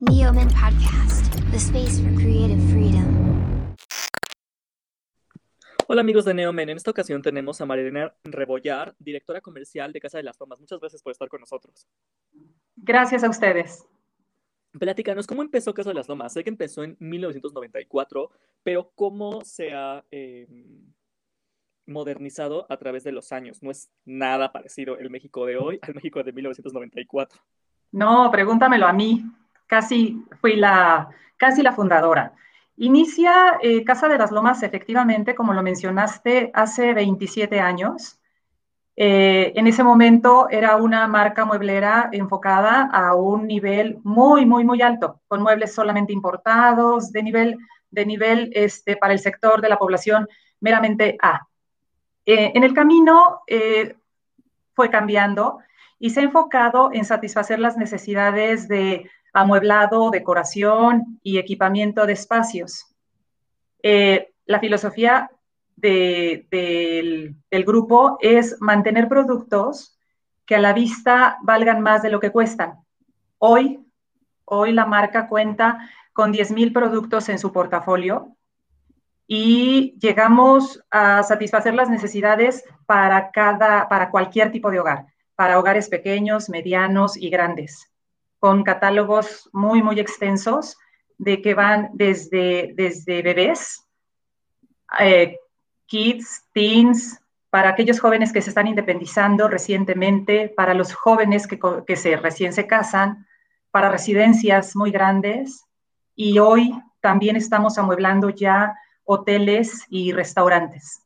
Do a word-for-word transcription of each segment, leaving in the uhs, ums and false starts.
Neoman Podcast, the space for creative freedom. Hola amigos de Neomen, en esta ocasión tenemos a Marilena Rebollar, directora comercial de Casa de las Lomas. Muchas gracias por estar con nosotros. Gracias a ustedes. Platícanos, ¿cómo empezó Casa de las Lomas? Sé que empezó en mil novecientos noventa y cuatro, pero ¿cómo se ha eh, modernizado a través de los años? No es nada parecido el México de hoy al México de mil novecientos noventa y cuatro. No, pregúntamelo a mí. Casi fui la, casi la fundadora. Inicia eh, Casa de las Lomas, efectivamente, como lo mencionaste, hace veintisiete años. Eh, en ese momento era una marca mueblera enfocada a un nivel muy, muy, muy alto, con muebles solamente importados, de nivel, de nivel este, para el sector de la población meramente A. Eh, en el camino eh, fue cambiando y se ha enfocado en satisfacer las necesidades de amueblado, decoración y equipamiento de espacios. Eh, la filosofía de, de, del, del grupo es mantener productos que a la vista valgan más de lo que cuestan. Hoy, hoy la marca cuenta con diez mil productos en su portafolio y llegamos a satisfacer las necesidades para, cada, para cualquier tipo de hogar, para hogares pequeños, medianos y grandes, con catálogos muy, muy extensos de que van desde, desde bebés, eh, kids, teens, para aquellos jóvenes que se están independizando recientemente, para los jóvenes que, que se, recién se casan, para residencias muy grandes. Y hoy también estamos amueblando ya hoteles y restaurantes.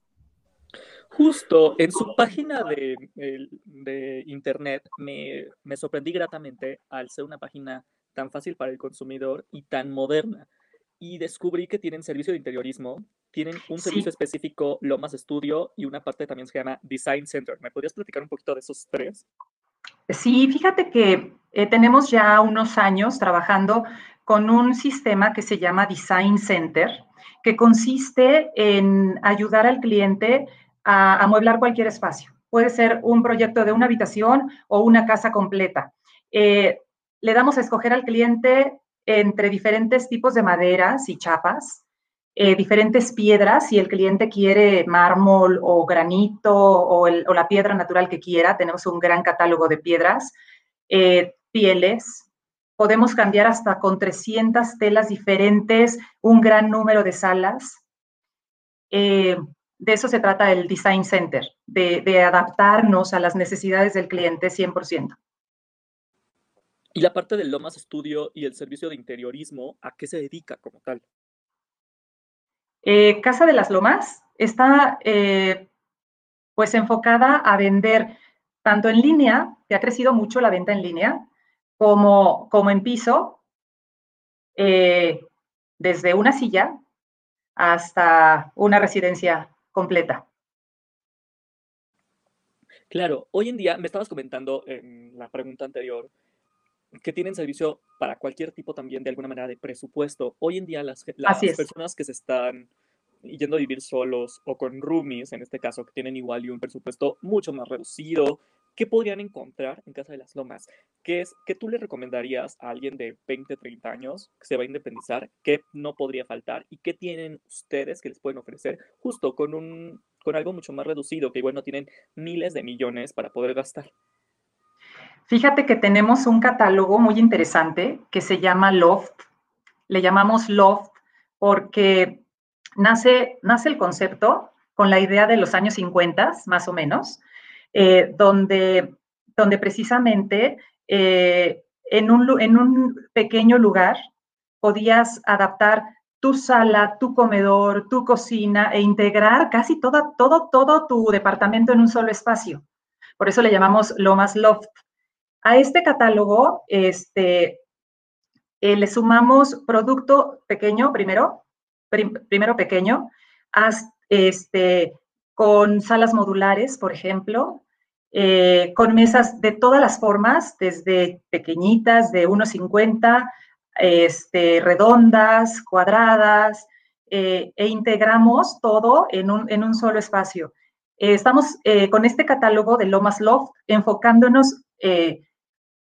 Justo en su página de, de internet me, me sorprendí gratamente al ser una página tan fácil para el consumidor y tan moderna. Y descubrí que tienen servicio de interiorismo, tienen un servicio Sí. específico, Lomas Studio, y una parte también se llama Design Center. ¿Me podrías platicar un poquito de esos tres? Sí, fíjate que eh, tenemos ya unos años trabajando con un sistema que se llama Design Center, que consiste en ayudar al cliente a amueblar cualquier espacio. Puede ser un proyecto de una habitación o una casa completa. Eh, le damos a escoger al cliente entre diferentes tipos de maderas y chapas, eh, diferentes piedras, si el cliente quiere mármol o granito o, el, o, la piedra natural que quiera, tenemos un gran catálogo de piedras, eh, pieles, podemos cambiar hasta con trescientas telas diferentes, un gran número de salas. Eh, de eso se trata el Design Center, de, de adaptarnos a las necesidades del cliente cien por ciento. Y la parte del Lomas Studio y el servicio de interiorismo, ¿a qué se dedica como tal? Eh, Casa de las Lomas está eh, pues enfocada a vender tanto en línea, que ha crecido mucho la venta en línea, como, como en piso, eh, desde una silla hasta una residencia completa. Claro, hoy en día, me estabas comentando en la pregunta anterior, que tienen servicio para cualquier tipo también, de alguna manera, de presupuesto. Hoy en día las, Así las es. personas que se están yendo a vivir solos o con roomies, en este caso, que tienen igual y un presupuesto mucho más reducido, ¿qué podrían encontrar en Casa de las Lomas? ¿Qué es que tú le recomendarías a alguien de veinte, treinta años que se va a independizar? ¿Qué no podría faltar? ¿Y qué tienen ustedes que les pueden ofrecer justo con, un, con algo mucho más reducido, que igual no tienen miles de millones para poder gastar? Fíjate que tenemos un catálogo muy interesante que se llama Loft. Le llamamos Loft porque nace, nace el concepto con la idea de los años cincuenta, más o menos, eh, donde, donde precisamente eh, en, un, en un pequeño lugar podías adaptar tu sala, tu comedor, tu cocina e integrar casi todo, todo, todo tu departamento en un solo espacio. Por eso le llamamos Lomas Loft. A este catálogo este, eh, le sumamos producto pequeño primero, prim, primero pequeño, hasta, este, con salas modulares, por ejemplo, eh, con mesas de todas las formas, desde pequeñitas de uno cincuenta, este, redondas, cuadradas, eh, e integramos todo en un, en un solo espacio. Eh, estamos eh, con este catálogo de Lomas Loft enfocándonos eh,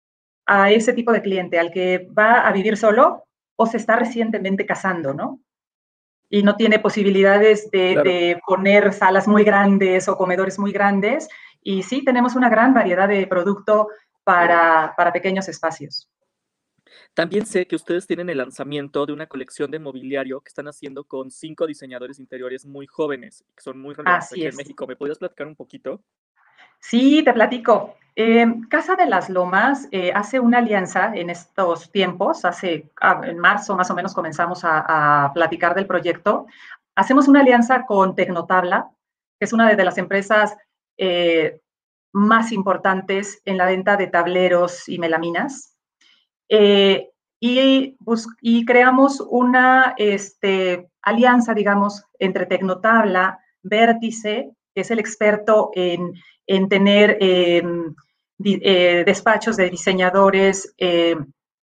a ese tipo de cliente, al que va a vivir solo o se está recientemente casando, ¿no? Y no tiene posibilidades de, Claro. de poner salas muy grandes o comedores muy grandes. Y sí, tenemos una gran variedad de producto para, para pequeños espacios. También sé que ustedes tienen el lanzamiento de una colección de mobiliario que están haciendo con cinco diseñadores interiores muy jóvenes, que son muy relevantes Así aquí en es. México. ¿Me podrías platicar un poquito? Sí, te platico. Eh, Casa de las Lomas eh, hace una alianza en estos tiempos, hace, ah, en marzo más o menos comenzamos a, a platicar del proyecto. Hacemos una alianza con Tecnotabla, que es una de, de las empresas eh, más importantes en la venta de tableros y melaminas. Eh, y, y, creamos una este, alianza, digamos, entre Tecnotabla, Vértice, que es el experto en, en tener eh, eh, despachos de diseñadores, eh,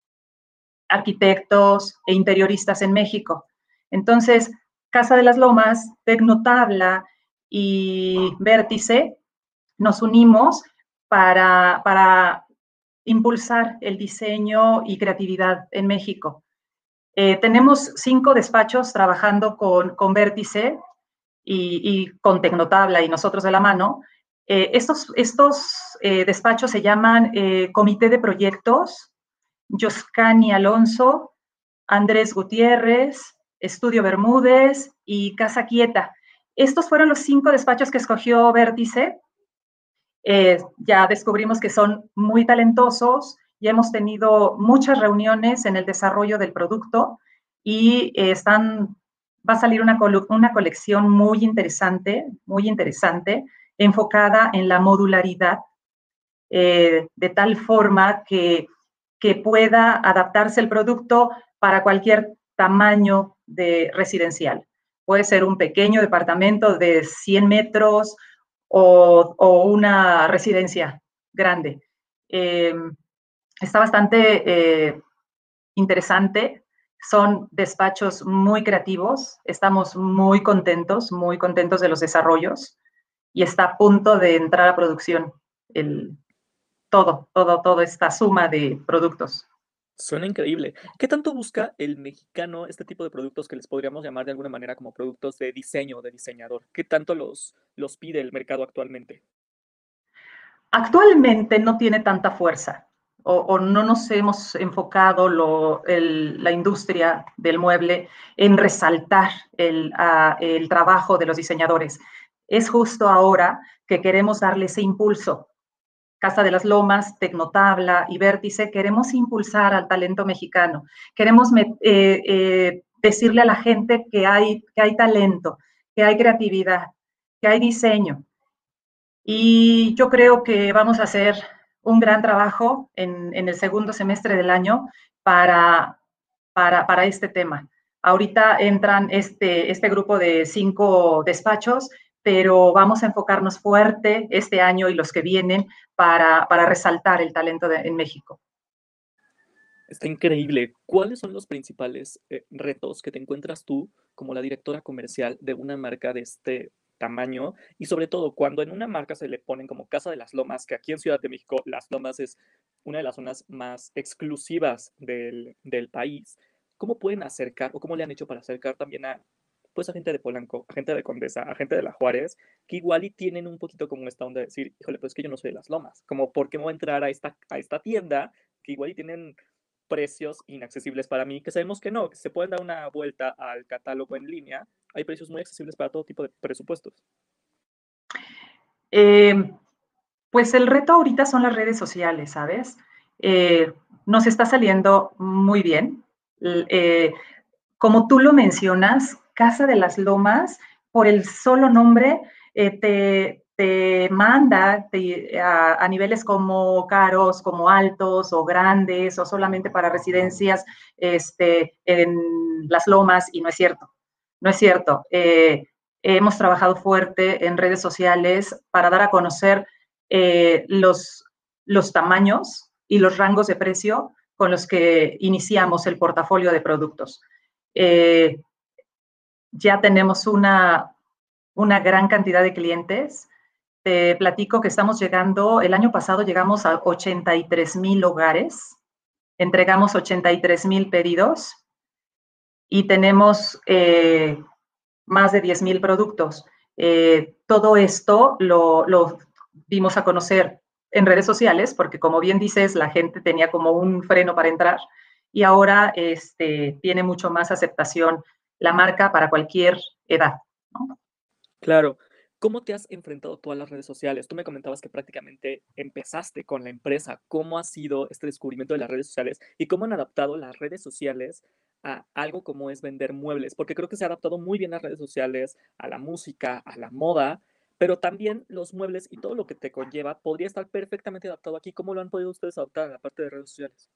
arquitectos e interioristas en México. Entonces, Casa de las Lomas, Tecnotabla y Vértice nos unimos para, para impulsar el diseño y creatividad en México. Eh, tenemos cinco despachos trabajando con, con Vértice y, y, con Tecnotabla y nosotros de la mano. Eh, estos estos eh, despachos se llaman eh, Comité de Proyectos, Yoscani Alonso, Andrés Gutiérrez, Estudio Bermúdez y Casa Quieta. Estos fueron los cinco despachos que escogió Vértice. Eh, ya descubrimos que son muy talentosos y hemos tenido muchas reuniones en el desarrollo del producto y eh, están, va a salir una, una colección muy interesante, muy interesante, enfocada en la modularidad, eh, de tal forma que, que pueda adaptarse el producto para cualquier tamaño de residencial. Puede ser un pequeño departamento de cien metros, o, o una residencia grande. Eh, está bastante eh, interesante. Son despachos muy creativos. Estamos muy contentos, muy contentos de los desarrollos y está a punto de entrar a producción el, todo, todo, toda esta suma de productos. Suena increíble. ¿Qué tanto busca el mexicano este tipo de productos que les podríamos llamar de alguna manera como productos de diseño, de diseñador? ¿Qué tanto los, los pide el mercado actualmente? Actualmente no tiene tanta fuerza o, o no nos hemos enfocado lo, el, la industria del mueble en resaltar el, uh, el trabajo de los diseñadores. Es justo ahora que queremos darle ese impulso. Casa de las Lomas, Tecnotabla y Vértice, queremos impulsar al talento mexicano. Queremos eh, eh, decirle a la gente que hay, que hay talento, que hay creatividad, que hay diseño. Y yo creo que vamos a hacer un gran trabajo en, en el segundo semestre del año para, para, para este tema. Ahorita entran este, este grupo de cinco despachos, pero vamos a enfocarnos fuerte este año y los que vienen para, para resaltar el talento de, en México. Está increíble. ¿Cuáles son los principales eh, retos que te encuentras tú como la directora comercial de una marca de este tamaño? Y sobre todo, cuando en una marca se le ponen como Casa de las Lomas, que aquí en Ciudad de México Las Lomas es una de las zonas más exclusivas del, del país, ¿cómo pueden acercar o cómo le han hecho para acercar también a, pues, a gente de Polanco, a gente de Condesa, a gente de La Juárez, que igual y tienen un poquito como esta onda de decir, híjole, pues es que yo no soy de Las Lomas, como por qué me voy a entrar a esta, a esta tienda que igual y tienen precios inaccesibles para mí, que sabemos que no, que se pueden dar una vuelta al catálogo en línea, hay precios muy accesibles para todo tipo de presupuestos. Eh, pues el reto ahorita son las redes sociales, ¿sabes? Eh, nos está saliendo muy bien. Eh, como tú lo mencionas, Casa de las Lomas, por el solo nombre, eh, te, te manda te, a, a niveles como caros, como altos o grandes o solamente para residencias este, en las lomas y no es cierto, no es cierto. Eh, hemos trabajado fuerte en redes sociales para dar a conocer eh, los, los tamaños y los rangos de precio con los que iniciamos el portafolio de productos. Eh, ya tenemos una, una gran cantidad de clientes te platico que estamos llegando, el año pasado llegamos a ochenta y tres mil hogares, entregamos ochenta y tres mil pedidos y tenemos eh, más de diez mil productos. Eh, todo esto lo, lo dimos a conocer en redes sociales, porque como bien dices, la gente tenía como un freno para entrar y ahora este, tiene mucho más aceptación la marca para cualquier edad, ¿no? Claro. ¿Cómo te has enfrentado tú a las redes sociales? Tú me comentabas que prácticamente empezaste con la empresa. ¿Cómo ha sido este descubrimiento de las redes sociales y cómo han adaptado las redes sociales a algo como es vender muebles? Porque creo que se ha adaptado muy bien las redes sociales a la música, a la moda, pero también los muebles y todo lo que te conlleva podría estar perfectamente adaptado aquí. ¿Cómo lo han podido ustedes adaptar a la parte de redes sociales?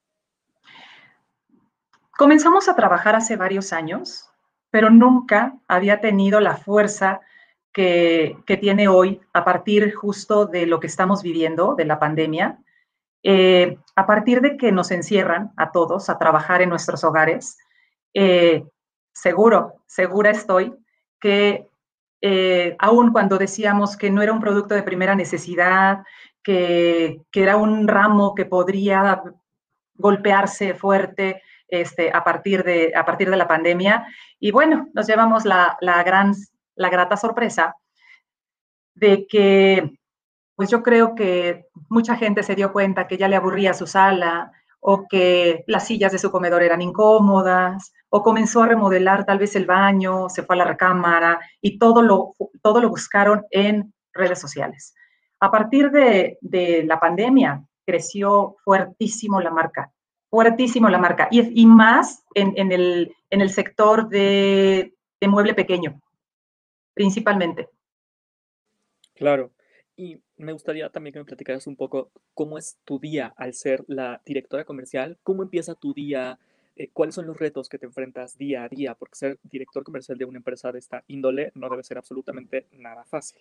Comenzamos a trabajar hace varios años, pero nunca había tenido la fuerza que, que tiene hoy a partir justo de lo que estamos viviendo, de la pandemia. Eh, a partir de que nos encierran a todos a trabajar en nuestros hogares, eh, seguro, segura estoy que eh, aun cuando decíamos que no era un producto de primera necesidad, que, que era un ramo que podría golpearse fuerte este, a, partir de, a partir de la pandemia. Y bueno, nos llevamos la, la, gran, la grata sorpresa de que, pues yo creo que mucha gente se dio cuenta que ya le aburría su sala o que las sillas de su comedor eran incómodas o comenzó a remodelar tal vez el baño, se fue a la recámara y todo lo, todo lo buscaron en redes sociales. A partir de, de la pandemia creció fuertísimo la marca, fuertísimo la marca y, y más en, en, el, en el sector de, de mueble pequeño, principalmente. Claro. Y me gustaría también que me platicaras un poco cómo es tu día al ser la directora comercial, cómo empieza tu día, eh, cuáles son los retos que te enfrentas día a día, porque ser director comercial de una empresa de esta índole no debe ser absolutamente nada fácil.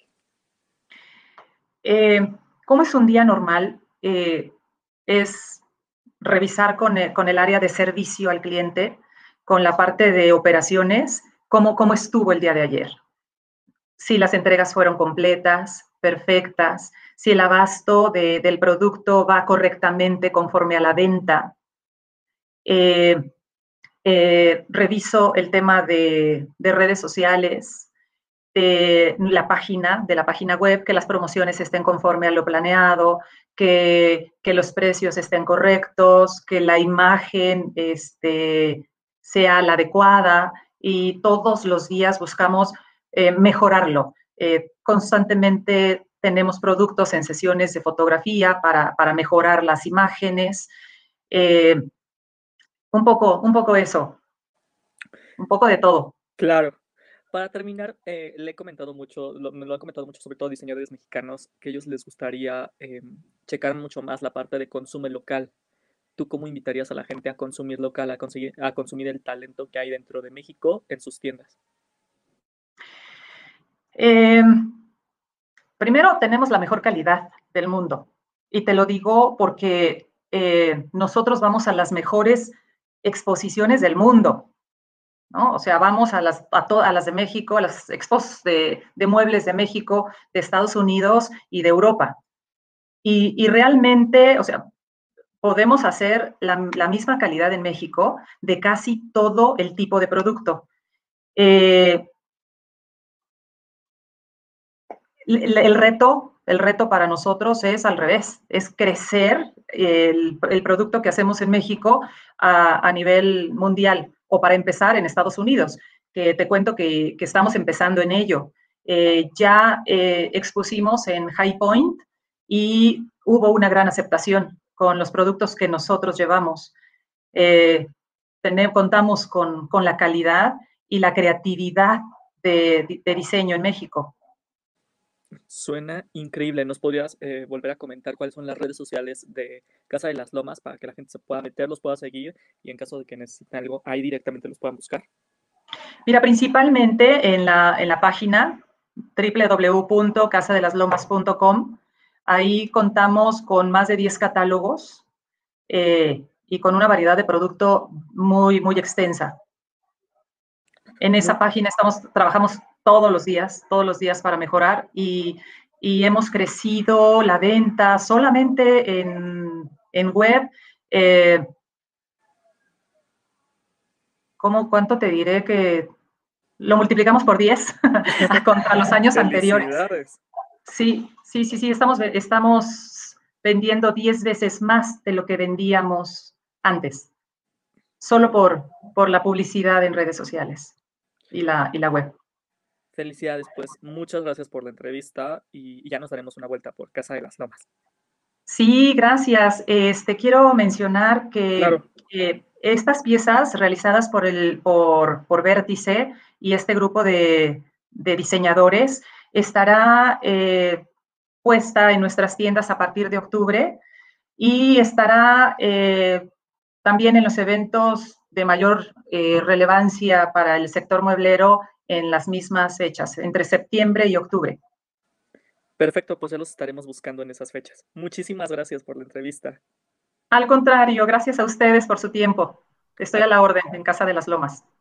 Eh, ¿Cómo es un día normal? Eh, es revisar con el, con el, área de servicio al cliente, con la parte de operaciones, cómo, cómo estuvo el día de ayer. Si las entregas fueron completas, perfectas, si el abasto de, del producto va correctamente conforme a la venta. Eh, eh, reviso el tema de, de redes sociales, de la página, de la página web, que las promociones estén conforme a lo planeado, que, que los precios estén correctos, que la imagen este, sea la adecuada y todos los días buscamos eh, mejorarlo. Eh, constantemente tenemos productos en sesiones de fotografía para, para mejorar las imágenes. Eh, un poco, un poco eso, un poco de todo. Claro. Para terminar, eh, le he comentado mucho, lo, me lo han comentado mucho, sobre todo diseñadores mexicanos, que a ellos les gustaría eh, checar mucho más la parte de consumo local. ¿Tú cómo invitarías a la gente a consumir local, a, conseguir, a consumir el talento que hay dentro de México en sus tiendas? Eh, primero, tenemos la mejor calidad del mundo. Y te lo digo porque eh, nosotros vamos a las mejores exposiciones del mundo, ¿no? O sea, vamos a las, a, to, a las de México, a las expos de, de muebles de México, de Estados Unidos y de Europa. Y, y realmente, o sea, podemos hacer la, la, misma calidad en México de casi todo el tipo de producto. Eh, el, el, reto, el reto para nosotros es al revés, es crecer el, el producto que hacemos en México a, a, nivel mundial o para empezar en Estados Unidos, que te cuento que, que estamos empezando en ello. Eh, ya eh, expusimos en High Point y hubo una gran aceptación con los productos que nosotros llevamos. Eh, tenemos, contamos con, con la calidad y la creatividad de, de diseño en México. Suena increíble. ¿Nos podrías eh, volver a comentar cuáles son las redes sociales de Casa de las Lomas para que la gente se pueda meter, los pueda seguir y en caso de que necesiten algo, ahí directamente los puedan buscar? Mira, principalmente en la, en la página doble u doble u doble u punto casa de las lomas punto com. Ahí contamos con más de diez catálogos eh, y con una variedad de producto muy, muy extensa. En esa página estamos, trabajamos todos los días, todos los días para mejorar y, y hemos crecido la venta solamente en, en web. Eh, ¿cómo, ¿Cuánto te diré que lo multiplicamos por diez contra los años anteriores? Felicidades. Sí, sí, sí, sí, estamos, estamos vendiendo diez veces más de lo que vendíamos antes, solo por, por la publicidad en redes sociales y la, y la web. Felicidades, pues muchas gracias por la entrevista y, y ya nos daremos una vuelta por Casa de las Lomas. Sí, gracias. Este, quiero mencionar que Claro. eh, estas piezas realizadas por, el, por, por Vértice y este grupo de, de diseñadores estará eh, puesta en nuestras tiendas a partir de octubre y estará eh, también en los eventos de mayor eh, relevancia para el sector mueblero en las mismas fechas, entre septiembre y octubre. Perfecto, pues ya los estaremos buscando en esas fechas. Muchísimas gracias por la entrevista. Al contrario, gracias a ustedes por su tiempo. Estoy a la orden en Casa de las Lomas.